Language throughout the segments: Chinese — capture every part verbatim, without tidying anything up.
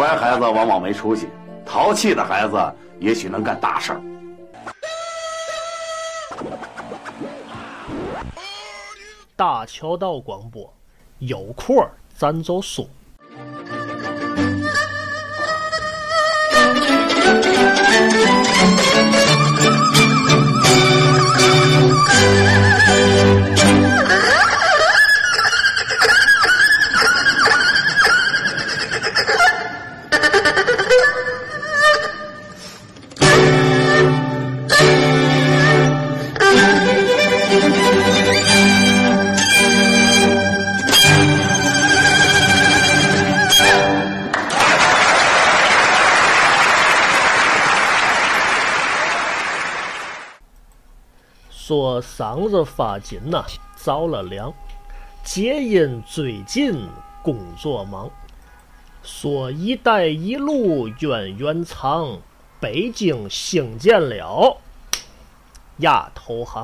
乖孩子往往没出息，淘气的孩子也许能干大事儿。 大桥道广播，有空咱就说。说嗓子发紧呐、啊，着了凉，皆因最近工作忙。说一带一路远远长，北京兴建了亚投行。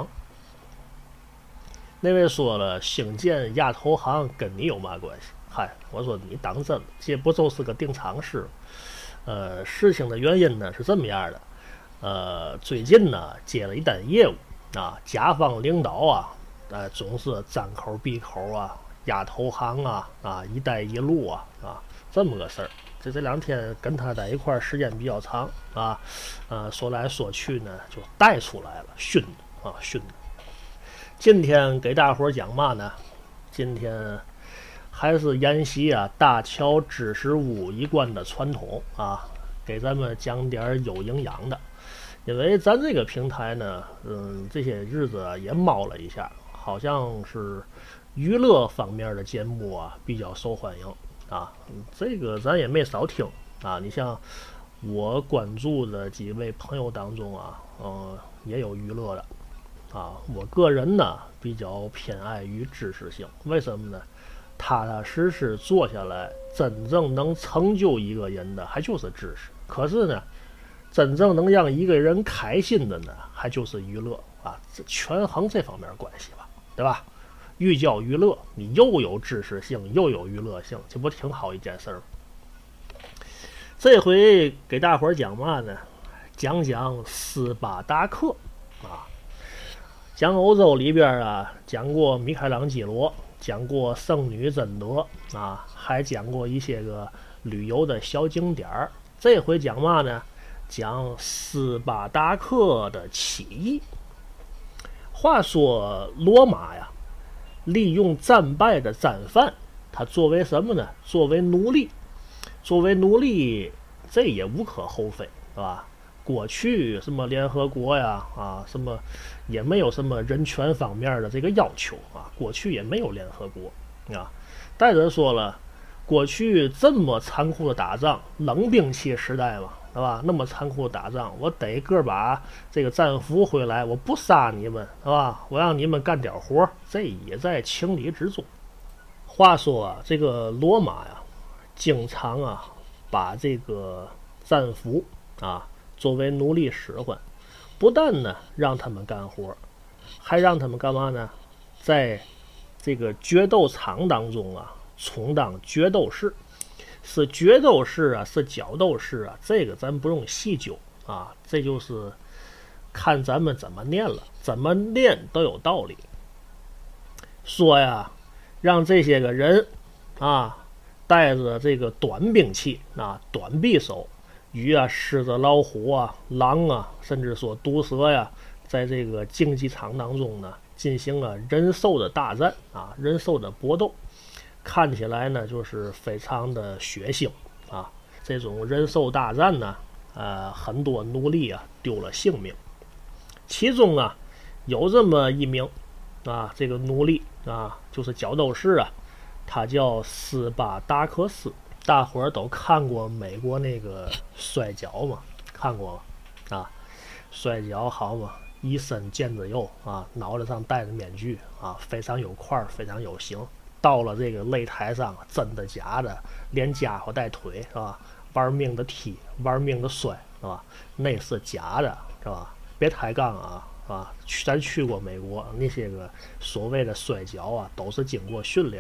那位说了，兴建亚投行跟你有嘛关系？嗨，我说你当真了，这不就是个定场诗？呃，事情的原因呢是这么样的，呃，最近呢接了一单业务。啊，甲方领导啊，呃，总是张口闭口啊，亚投行啊，啊，一带一路啊，啊，这么个事儿。这这两天跟他在一块儿时间比较长啊，呃，说来说去呢，就带出来了，熏的啊，熏的。今天给大伙儿讲嘛呢？今天还是沿袭啊大乔知识屋一贯的传统啊，给咱们讲点有营养的。因为咱这个平台呢，嗯，这些日子啊也猫了一下，好像是娱乐方面的节目啊比较受欢迎啊。这个咱也没少听啊。你像我关注的几位朋友当中啊，嗯，也有娱乐的啊。我个人呢比较偏爱于知识性，为什么呢？踏踏实实做下来，真正能成就一个人的还就是知识。可是呢，真正能让一个人开心的呢，还就是娱乐啊，这权衡这方面关系吧，对吧？寓教于乐，你又有知识性，又有娱乐性，这不挺好一件事儿吗？这回给大伙儿讲嘛呢？讲讲斯巴达克啊，讲欧洲里边啊，讲过米开朗基罗，讲过圣女贞德啊，还讲过一些个旅游的小景点儿。这回讲嘛呢？讲斯巴达克的起义。话说罗马呀，利用战败的战犯，他作为什么呢？作为奴隶，作为奴隶，这也无可厚非，是吧？过去什么联合国呀，啊，什么也没有什么人权方面的这个要求啊，过去也没有联合国啊。再者说了，过去这么残酷的打仗，冷兵器时代嘛，是吧？那么残酷的打仗，我得个把这个战俘回来，我不杀你们，是吧？我让你们干点活，这也在情理之中。话说啊，这个罗马呀，经常啊把这个战俘啊作为奴隶使唤，不但呢让他们干活，还让他们干嘛呢？在这个决斗场当中啊，充当决斗士。是决斗士啊，是角斗士啊，这个咱不用细究啊，这就是看咱们怎么念了，怎么念都有道理。说呀，让这些个人啊带着这个短兵器啊，短匕首，与啊狮子、老虎啊、狼啊，甚至说毒蛇呀，在这个竞技场当中呢，进行了人兽的大战啊，人兽的搏斗。看起来呢，就是非常的血腥啊！这种人兽大战呢，呃，很多奴隶啊丢了性命。其中啊，有这么一名啊，这个奴隶啊，就是角斗士啊，他叫斯巴达克斯。大伙儿都看过美国那个摔跤吗？看过吗？啊，摔跤好嘛，一身腱子肉啊，脑袋上戴着面具啊，非常有块儿，非常有型。到了这个擂台上，真的假的，连家伙带腿是吧？玩命的踢，玩命的摔是吧？那是假的是吧？别抬杠啊啊！咱去过美国，那些个所谓的摔跤啊，都是经过训练的。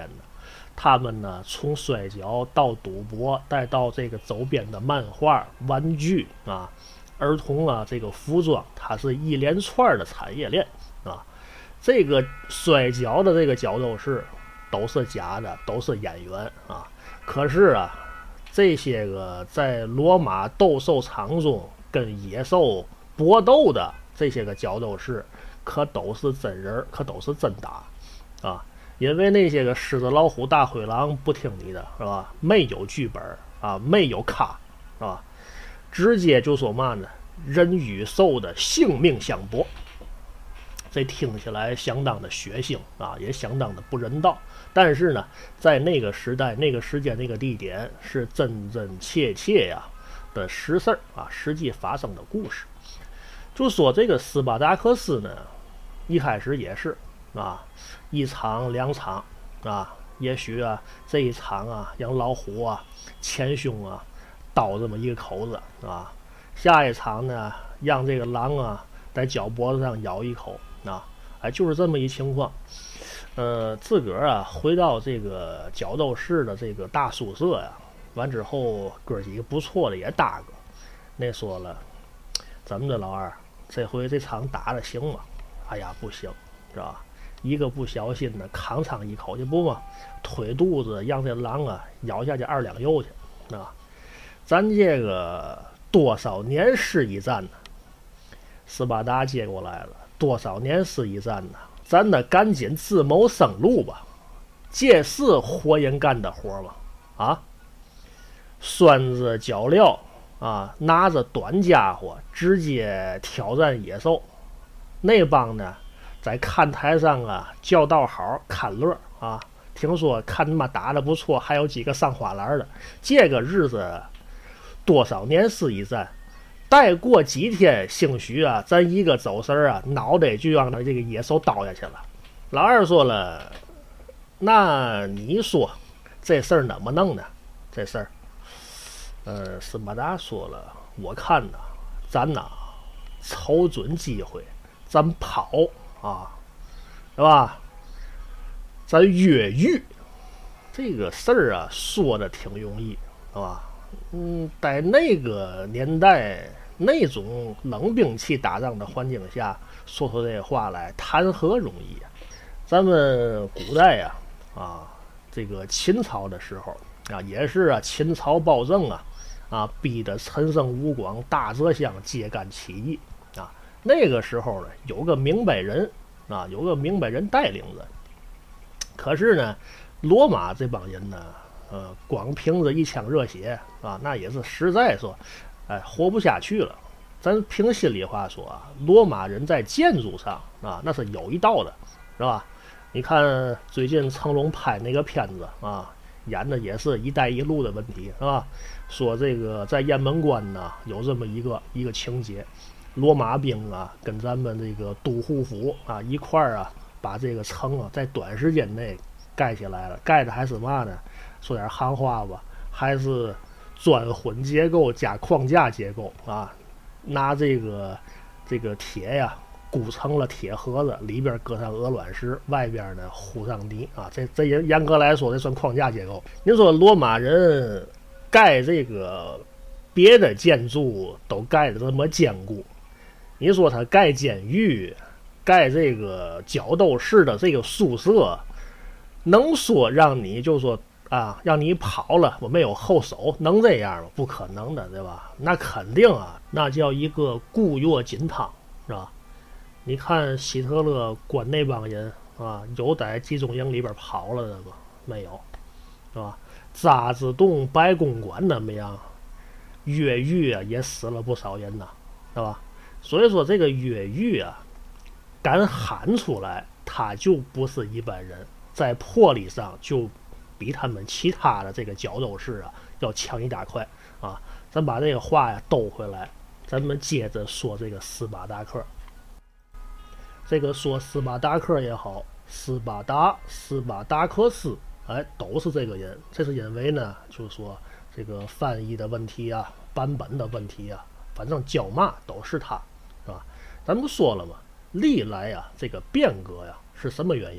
他们呢从摔跤到赌博，再到这个周边的漫画、玩具啊、儿童啊这个服装，它是一连串的产业链啊。这个摔跤的这个角斗士都是假的，都是演员啊。可是啊，这些个在罗马斗兽场中跟野兽搏斗的这些个角斗士，可都是真人，可都是真打啊。因为那些个狮子、老虎、大灰狼不听你的，是吧？没有剧本啊，没有卡，是吧？直接就说嘛呢，人与兽的性命相搏。这听起来相当的血腥啊，也相当的不人道。但是呢，在那个时代、那个时间、那个地点，是真真切切呀的实事儿啊，实际发生的故事。就说这个斯巴达克斯呢，一开始也是啊，一场两场啊，也许啊这一场啊让老虎啊前胸啊刀这么一个口子啊，下一场呢让这个狼啊在脚脖子上咬一口啊，哎，就是这么一情况。呃，自个儿啊回到这个角斗士的这个大宿舍呀，完之后哥几个不错的也搭个，那说了，怎么的老二，这回这场打的行吗？哎呀，不行，是吧？一个不小心呢，扛上一口去不嘛，推肚子让这狼啊咬下去二两肉去啊！咱这个多少年是一战呢？斯巴达接过来了，多少年是一战呢？咱得赶紧自谋生路吧，这是活人干的活吗？啊，拴着脚镣啊，拿着短家伙直接挑战野兽。那帮呢在看台上啊叫道好看乐啊，听说看他妈打得不错，还有几个上花篮的。这个日子多少年是一战，再过几天兴许啊咱一个走神啊，脑袋就让这个野兽倒下去了。老二说了，那你说这事儿怎么弄呢？这事儿呃斯巴达说了，我看呢咱呐瞅准机会咱跑啊，是吧？咱越狱这个事儿啊，说的挺容易，是吧？嗯，在那个年代，那种冷兵器打仗的环境下，说出这话来，谈何容易啊！咱们古代呀、啊，啊，这个秦朝的时候啊，也是啊，秦朝暴政啊，啊，逼得陈胜吴广、大泽乡揭竿起义。那个时候呢，有个明白人啊，有个明白人带领着。可是呢，罗马这帮人呢，呃，光凭着一腔热血啊，那也是实在说，哎，活不下去了。咱凭心里话说啊，罗马人在建筑上啊，那是有一道的，是吧？你看最近成龙拍那个片子啊，演的也是一带一路的问题，是吧？说这个在雁门关呢，有这么一个一个情节。罗马兵啊，跟咱们这个都护府啊一块儿啊，把这个城啊在短时间内盖起来了。盖的还是嘛呢？说点行话吧，还是砖混结构加框架结构啊，拿这个这个铁呀鼓成了铁盒子，里边搁上鹅卵石，外边呢糊上泥啊。这这严严格来说，这算框架结构。您说罗马人盖这个别的建筑都盖得这么坚固。你说他盖监狱，盖这个角斗士的这个宿舍，能说让你就说啊，让你跑了，我没有后手，能这样吗？不可能的，对吧？那肯定啊，那叫一个固若金汤，是吧？你看希特勒关那帮人啊，有在集中营里边跑了的吗？没有，是吧？渣滓洞白公馆怎么样？越狱啊，也死了不少人呐，是吧？所以说这个越狱啊，敢喊出来，他就不是一般人，在魄力上就比他们其他的这个角斗士啊要强一大块啊。咱把这个话呀兜回来，咱们接着说这个斯巴达克。这个说斯巴达克也好，斯巴达、斯巴达克斯，哎，都是这个人。这是因为呢，就是说这个翻译的问题啊，版本的问题啊，反正叫嘛都是他。是吧？咱们说了嘛，历来啊，这个变革呀是什么原因？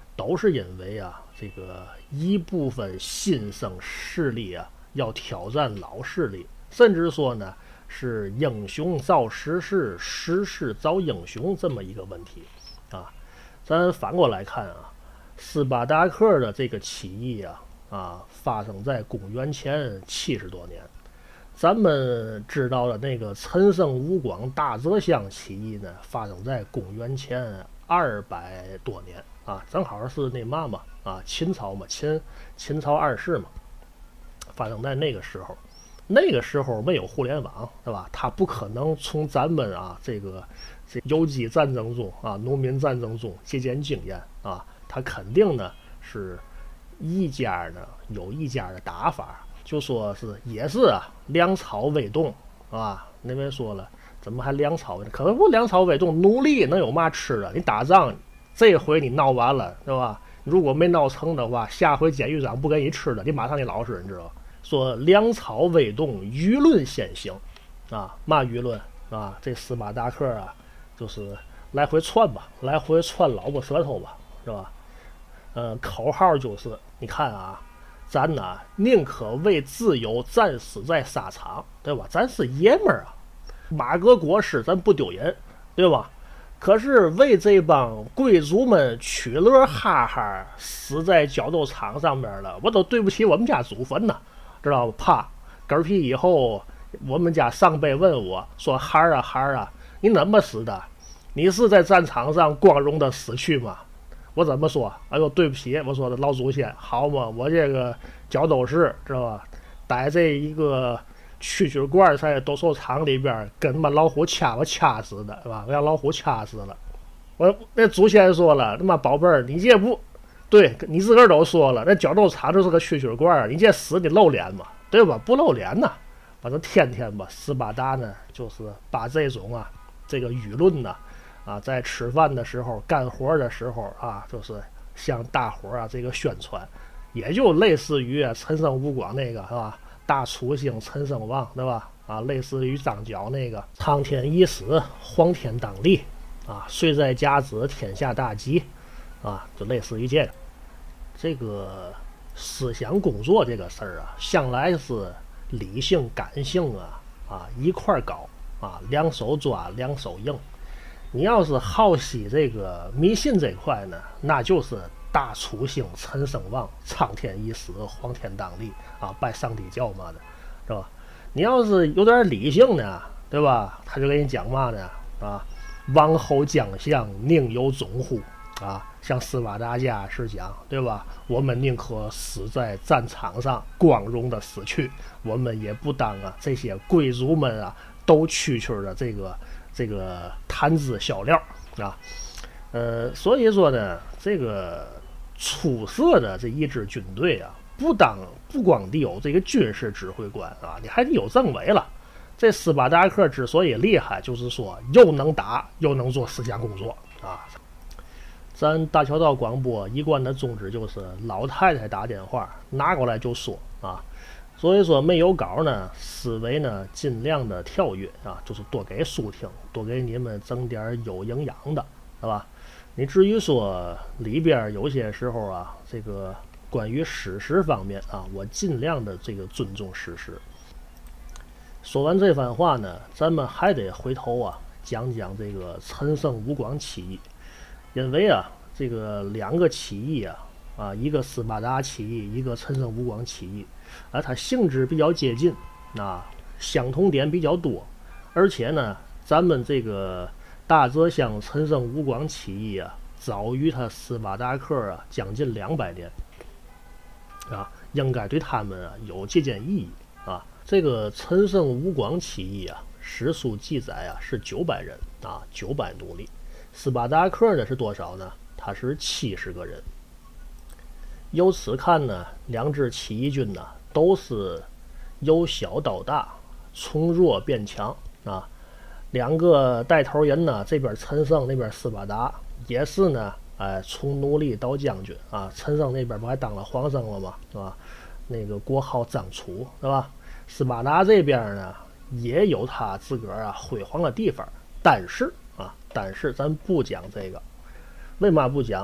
都是因为啊，这个一部分新生势力啊要挑战老势力，甚至说呢是英雄造时势，时势造英雄这么一个问题啊。咱反过来看啊，斯巴达克的这个起义啊啊，发生在公元前七十多年。咱们知道的那个陈胜吴广大泽乡起义呢，发生在公元前二百多年啊，正好是那嘛嘛啊，秦朝嘛，秦秦朝二世嘛，发生在那个时候。那个时候没有互联网，对吧？他不可能从咱们啊这个这游击战争中啊、农民战争中借鉴经验啊，他肯定呢是一家呢有一家的打法，就说是也是啊粮草未动啊。那边说了，怎么还粮草未动？可不粮草未动，奴隶能有嘛吃的？你打仗这回你闹完了，对吧？如果没闹成的话，下回监狱长不给你吃的，你马上你老实，你知道吧？说粮草未动，舆论先行，啊，嘛舆论啊？这斯巴达克啊，就是来回窜吧，来回窜老婆舌头吧，是吧？呃，口号就是，你看啊，咱呐宁可为自由战死在沙场，对吧？咱是爷们儿啊，马革裹尸咱不丢人，对吧？可是为这帮贵族们取乐哈哈，死在角斗场上面了，我都对不起我们家祖坟呐。知道吧？怕嗝屁以后，我们家上辈问我说：“孩儿啊，孩儿啊，你怎么死的？你是在战场上光荣的死去吗？”我怎么说？哎呦，对不起，我说的老祖先，好嘛，我这个脚都是知道吧？在这一个蛐蛐罐在斗兽场里边，跟他妈老虎掐我掐死的，是吧？我让老虎掐死了。我那祖先说了，他妈宝贝儿，你这不。对你自个儿都说了，那角斗场就是个蛐蛐罐，你这死你露脸嘛，对吧？不露脸呐，反正天天吧，斯巴达呢就是把这种啊，这个舆论呢，啊，在吃饭的时候、干活的时候啊，就是向大伙啊这个宣传，也就类似于啊陈胜吴广那个是吧？大楚兴陈胜旺，对吧？啊，类似于张角那个苍天已死，黄天当立啊，岁在甲子，天下大吉啊，就类似于这个。这个思想工作这个事儿啊，向来是理性感性啊啊一块儿搞啊，两手抓两手硬。你要是好奇这个迷信这块呢，那就是大楚兴陈胜旺，苍天已死，黄天当立啊，拜上帝教嘛的，是吧？你要是有点理性呢，对吧？他就给你讲嘛呢啊，王侯将相宁有种乎？啊，像斯巴达家是讲，对吧？我们宁可死在战场上，光荣的死去，我们也不当啊这些贵族们啊都蛐蛐的这个这个谈资小料啊。呃，所以说呢，这个出色的这一支军队啊，不当不光得有这个军事指挥官啊，你还得有政委了。这斯巴达克之所以厉害，就是说又能打又能做思想工作啊。咱大桥道广播一贯的宗旨就是老太太打电话拿过来就说啊，所以说没有稿呢，思维呢尽量的跳跃啊，就是多给书听，多给你们整点有营养的，是吧？你至于说里边有些时候啊，这个关于史实方面啊，我尽量的这个尊重史实。说完这番话呢，咱们还得回头啊讲讲这个陈胜吴广起义。因为啊，这个两个起义啊，啊，一个斯巴达起义，一个陈胜吴广起义，啊，它性质比较接近，啊，相同点比较多，而且呢，咱们这个大泽乡陈胜吴广起义啊，早于他斯巴达克啊将近两百年，啊，应该对他们啊有借鉴意义啊。这个陈胜吴广起义啊，史书记载啊是九百人啊，九百奴隶。斯巴达克呢是多少呢？他是七十个人。由此看呢，两支起义军呢都是由小到大，从弱变强啊。两个带头人呢，这边陈胜，那边斯巴达，也是呢，哎，从奴隶到将军啊。陈胜那边不还当了皇上了吗？是吧？那个国号张楚，是吧？斯巴达这边呢，也有他自个儿啊辉煌的地方，但是。啊，但是咱不讲这个，为嘛不讲？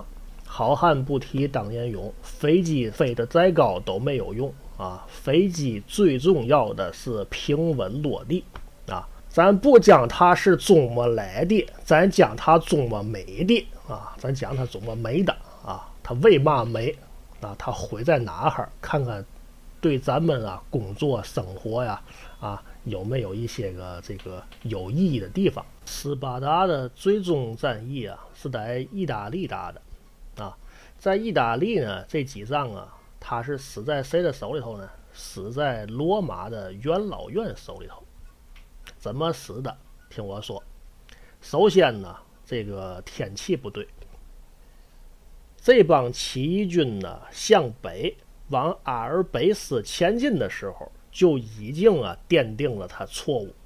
好汉不提当年勇，飞机飞得再高都没有用啊！飞机最重要的是平稳落地啊！咱不讲它是怎么来的，咱讲它怎么没的啊！咱讲它怎么没的啊！它为嘛没啊？它毁在哪儿？看看对咱们啊工作生活呀啊有没有一些个这个有意义的地方？斯巴达的最终战役啊是在意大利打的。啊，在意大利呢，这几仗啊，他是死在谁的手里头呢？死在罗马的元老院手里头。怎么死的？听我说，首先呢，这个天气不对，这帮起义军呢向北往阿尔卑斯前进的时候，就已经啊奠定了他错误，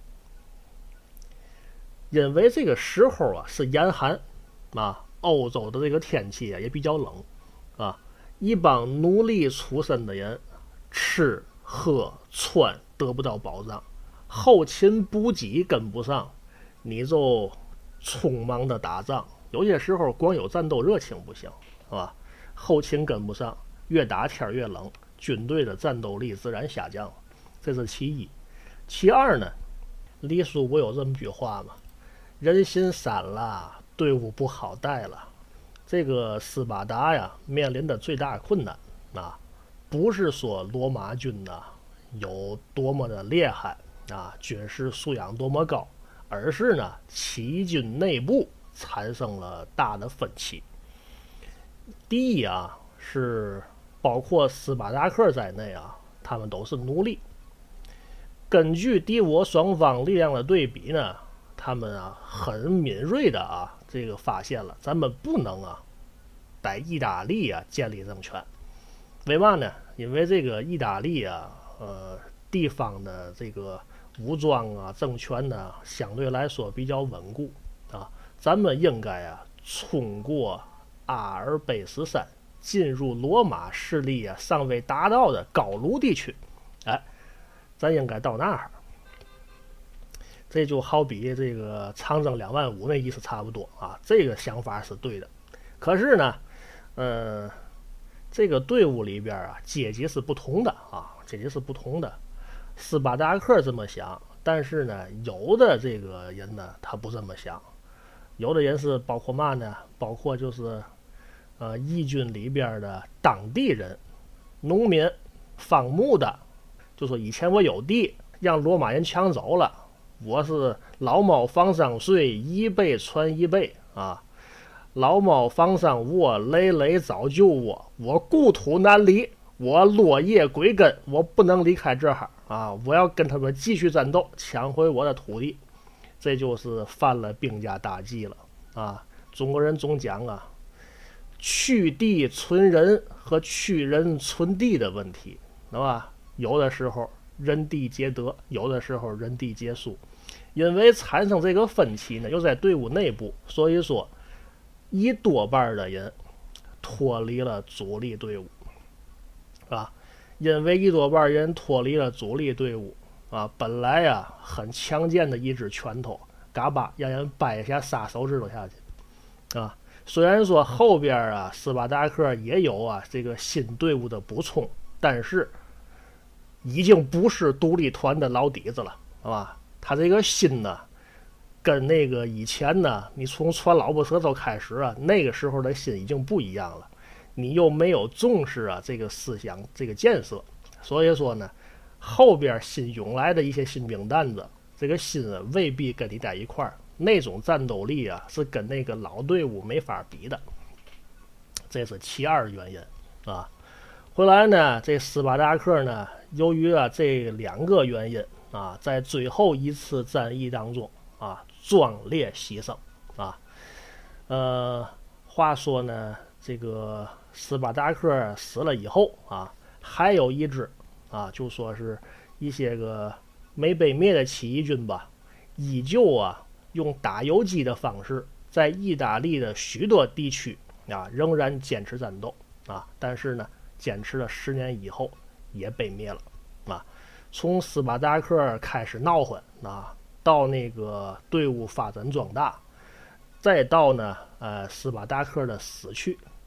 因为这个时候啊是严寒啊。欧洲的这个天气啊也比较冷啊，一帮奴隶出身的人吃喝穿得不到保障，后勤补给跟不上，你就匆忙的打仗，有些时候光有战斗热情不行，是吧？后勤跟不上，越打天越冷，军队的战斗力自然下降，这是其一。其二呢，李叔不有这么句话吗？人心散了，队伍不好带了。这个斯巴达呀，面临的最大困难啊，不是说罗马军呐有多么的厉害啊，军事素养多么高，而是呢起义军内部产生了大的分歧。第一啊，是包括斯巴达克在内啊，他们都是奴隶。根据敌我双方力量的对比呢，他们啊很敏锐的啊，这个发现了，咱们不能啊在意大利啊建立政权。为嘛呢？因为这个意大利啊，呃，地方的这个武装啊政权呢，相对来说比较稳固啊。咱们应该啊冲过阿尔卑斯山，进入罗马势力啊尚未达到的高卢地区。哎，咱应该到那儿。这就好比这个长征两万五那意思差不多啊，这个想法是对的。可是呢，呃，这个队伍里边啊，阶级是不同的啊，阶级是不同的。斯巴达克这么想，但是呢，有的这个人呢，他不这么想。有的人是包括嘛呢？包括就是呃，义军里边的当地人、农民、放牧的，就说以前我有地，让罗马人抢走了。我是老猫房上睡，一辈传一辈啊！老猫房上卧，累累早就卧。我故土难离，我落叶归根，我不能离开这儿啊！我要跟他们继续战斗，抢回我的土地。这就是犯了兵家大忌了啊！中国人总讲啊，去地存人和去人存地的问题，是吧？有的时候人地皆得，有的时候人地皆输。因为产生这个分歧呢，又在队伍内部，所以说一多半的人脱离了主力队伍，啊，因为一多半人脱离了主力队伍啊，本来啊很强健的一只拳头，嘎巴让人掰下杀手指头下去，啊，虽然说后边啊斯巴达克也有啊这个新队伍的补充，但是已经不是独立团的老底子了，是吧？他这个心呢，跟那个以前呢，你从传老婆舌头开始啊，那个时候的心已经不一样了。你又没有重视啊这个思想这个建设，所以说呢，后边新涌来的一些新兵蛋子，这个心啊未必跟你在一块儿，那种战斗力啊是跟那个老队伍没法比的，这是其二原因啊。后来呢，这斯巴达克呢，由于啊这两个原因。啊，在最后一次战役当中啊，壮烈牺牲啊。呃，话说呢，这个斯巴达克死了以后啊，还有一支啊，就说是一些个没被灭的起义军吧，依旧啊用打游击的方式，在意大利的许多地区啊仍然坚持战斗啊，但是呢，坚持了十年以后也被灭了啊。从斯巴达克开始闹混啊，到那个队伍发展壮大，再到呢，呃，斯巴达克的死去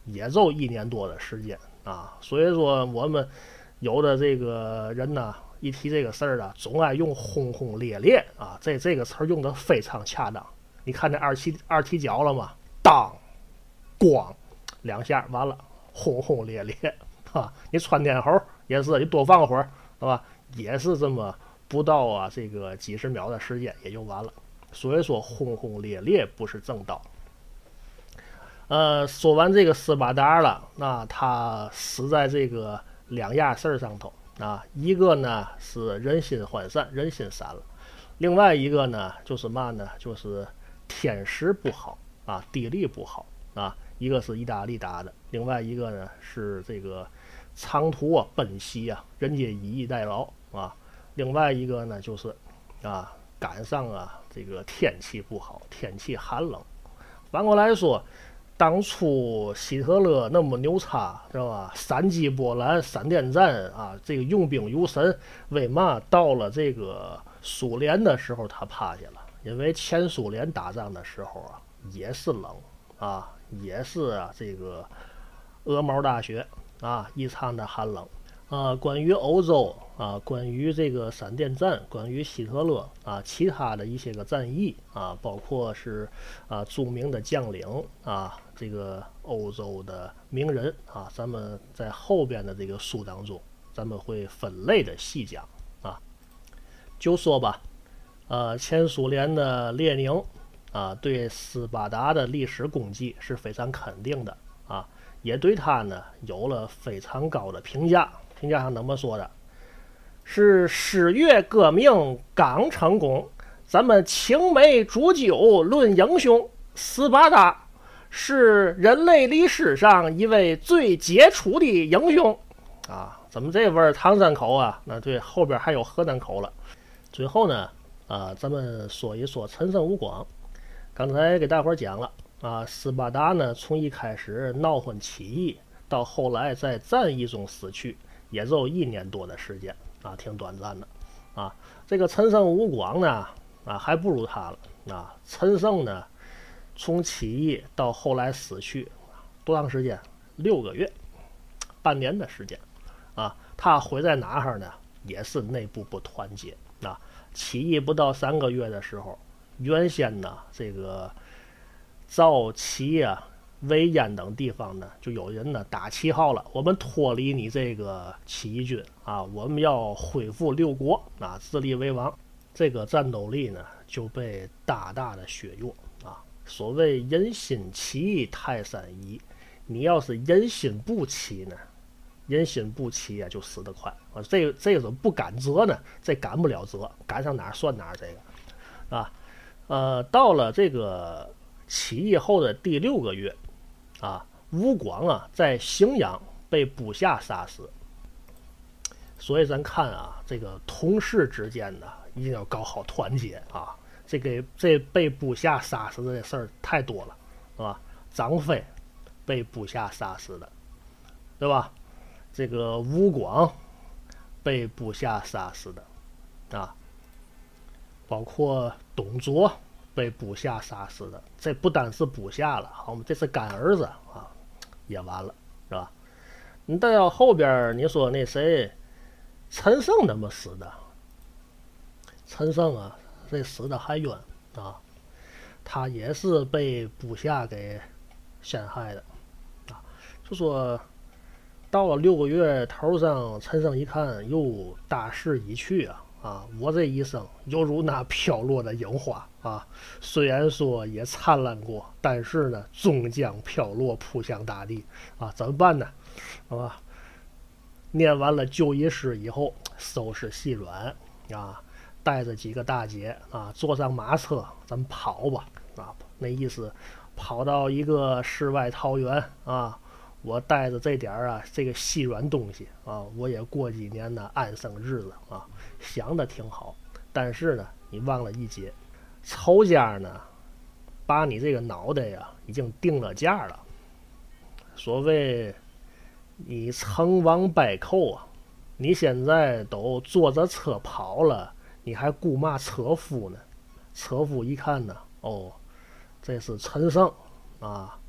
也就一年多的时间啊。所以说我们有的这个人呢，一提这个事儿啊，总爱用轰轰烈烈啊，这这个词儿用的非常恰当。你看那二踢二踢脚了吗？当，咣，两下完了，轰轰烈烈啊！你窜天猴也是，你多放会儿，是吧？也是这么不到啊这个几十秒的时间也就完了。所以说轰轰烈烈不是正道。呃，说完这个斯巴达了，那他死在这个两样事儿上头啊，一个呢是人心涣散，人心散了；另外一个呢就是嘛呢，就是天时不好啊，地利不好啊。一个是意大利打的，另外一个呢是这个长途啊奔袭啊，人家以逸待劳啊。另外一个呢就是啊赶上啊这个天气不好，天气寒冷。反过来说，当初希特勒那么牛叉，知道吧？闪击波兰、闪电战啊，这个用兵如神，为嘛到了这个苏联的时候他趴下了？因为前苏联打仗的时候啊，也是冷啊，也是啊这个鹅毛大雪啊，异常的寒冷。啊，关于欧洲啊，关于这个闪电战，关于希特勒啊，其他的一些个战役啊，包括是啊著名的将领啊，这个欧洲的名人啊，咱们在后边的这个书当中，咱们会分类的细讲啊。就说吧，呃，前苏联的列宁啊，对斯巴达的历史功绩是非常肯定的啊，也对他呢有了非常高的评价。评价上怎么说的？是十月革命刚成功，咱们青梅煮酒论英雄，斯巴达是人类历史上一位最杰出的英雄啊！怎么这味儿唐山口啊？那对，后边还有河南口了。最后呢，啊，咱们说一说陈胜吴广。刚才给大伙儿讲了啊，斯巴达呢从一开始闹混起义，到后来在战役中死去。也就一年多的时间啊，挺短暂的啊。这个陈胜吴广呢啊，还不如他了啊。陈胜呢，从起义到后来死去，多长时间？六个月，半年的时间啊。他毁在哪儿呢？也是内部不团结啊。起义不到三个月的时候，原先呢这个赵齐啊。魏燕等地方呢，就有人呢打旗号了，我们脱离你这个起义军啊，我们要恢复六国啊，自立为王。这个战斗力呢就被大大的削弱啊。所谓人心齐，泰山移，你要是人心不齐呢，人心不齐啊，就死得快啊。这个这个不赶责呢，这赶不了责，赶上哪儿算哪儿。这个啊，呃，到了这个起义后的第六个月。啊，吴广啊，在荥阳被部下杀死，所以咱看啊，这个同事之间呢，一定要搞好团结啊。这个这被部下杀死的事儿太多了，是吧？张飞被部下杀死的，对吧？这个吴广被部下杀死的，啊，包括董卓。被部下杀死的，这不单是部下了，好嘛，这是干儿子啊，也完了，是吧？你再到后边，你说那谁，陈胜怎么死的？陈胜啊，这死的还冤啊，他也是被部下给陷害的啊。就说到了六个月头上，陈胜一看，哟，大势已去啊。啊，我这一生犹如那飘落的樱花啊，虽然说也灿烂过，但是呢，终将飘落，扑向大地啊！怎么办呢？好吧，念完了就义诗以后，收拾细软啊，带着几个大姐啊，坐上马车，咱们跑吧啊！那意思，跑到一个世外桃源啊。我带着这点儿啊，这个细软东西啊，我也过几年呢安生日子啊，想的挺好。但是呢，你忘了一节，仇家呢，把你这个脑袋呀已经定了价了。所谓你成王败寇啊，你现在都坐着车跑了，你还顾嘛车夫呢？车夫一看呢，哦，这是陈胜啊。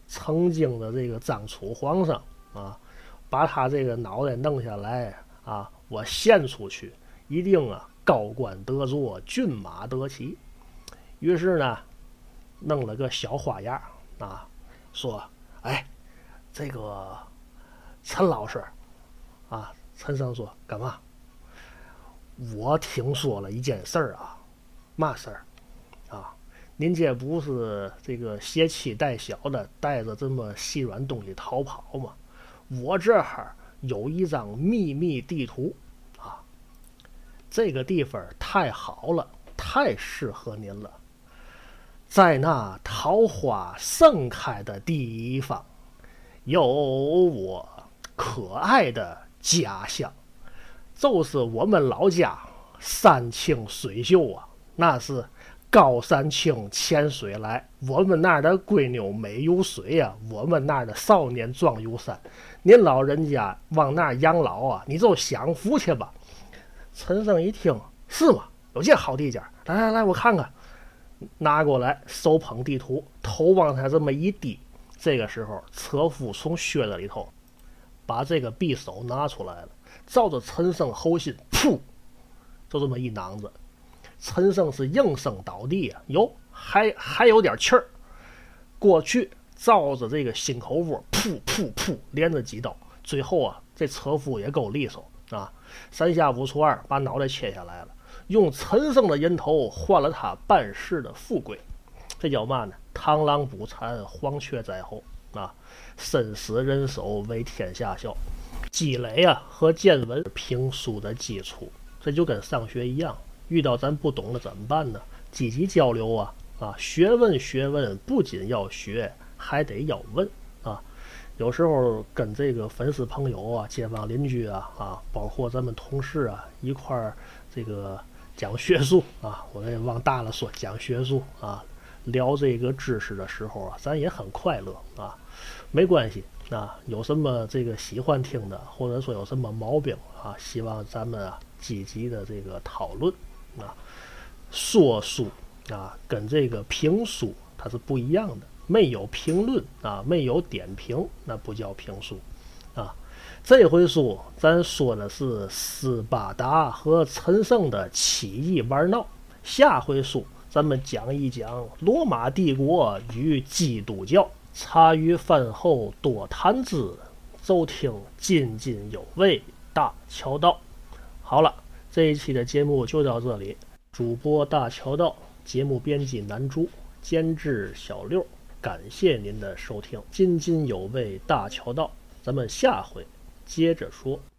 曾经的这个张楚皇上啊，把他这个脑袋弄下来啊，我献出去，一定啊高官得坐，骏马得骑。于是呢，弄了个小花样啊，说：“哎，这个陈老师啊，陈生说干嘛？我听说了一件事儿啊，嘛事儿啊？您这不是这个携妻带小的，带着这么细软东西逃跑吗？我这儿有一张秘密地图啊，这个地方太好了，太适合您了。在那桃花盛开的地方，有我可爱的家乡，就是我们老家山清水秀啊，那是高山清浅水来，我们那儿的闺女美如水啊，我们那儿的少年壮如山。您老人家往那儿养老啊，你就享福去吧。”陈胜一听，是吗？有这好地界，来来来，我看看。拿过来，手捧地图，头往他这么一低。这个时候，车夫从靴子里头把这个匕首拿出来了，照着陈胜后心，噗，就这么一囊子。陈胜是应声倒地啊，哟，还还有点气儿。过去照着这个心口窝，噗噗噗，连着几刀。最后啊，这车夫也够利索啊，三下五除二把脑袋切下来了。用陈胜的人头换了他半世的富贵，这叫嘛呢？螳螂捕蝉，黄雀在后啊！生死人手，为天下笑。积累啊和见闻评书的基础，这就跟上学一样，遇到咱不懂的怎么办呢？积极交流啊啊！学问学问，不仅要学，还得要问啊！有时候跟这个粉丝朋友啊、街坊邻居啊啊，包括咱们同事啊一块儿这个。讲学术啊，我也往大了说，讲学术啊，聊这个知识的时候啊，咱也很快乐啊，没关系啊，有什么这个喜欢听的，或者说有什么毛病啊，希望咱们啊积极的这个讨论啊。说书啊，跟这个评书它是不一样的，没有评论啊，没有点评，那不叫评书啊。这回书咱说的是斯巴达和陈胜的起义玩闹，下回书咱们讲一讲罗马帝国与基督教。茶余饭后多谈资，骤听津津有味大乔道。好了，这一期的节目就到这里，主播大乔道，节目编辑南珠，监制小六，感谢您的收听，津津有味大乔道，咱们下回接着说。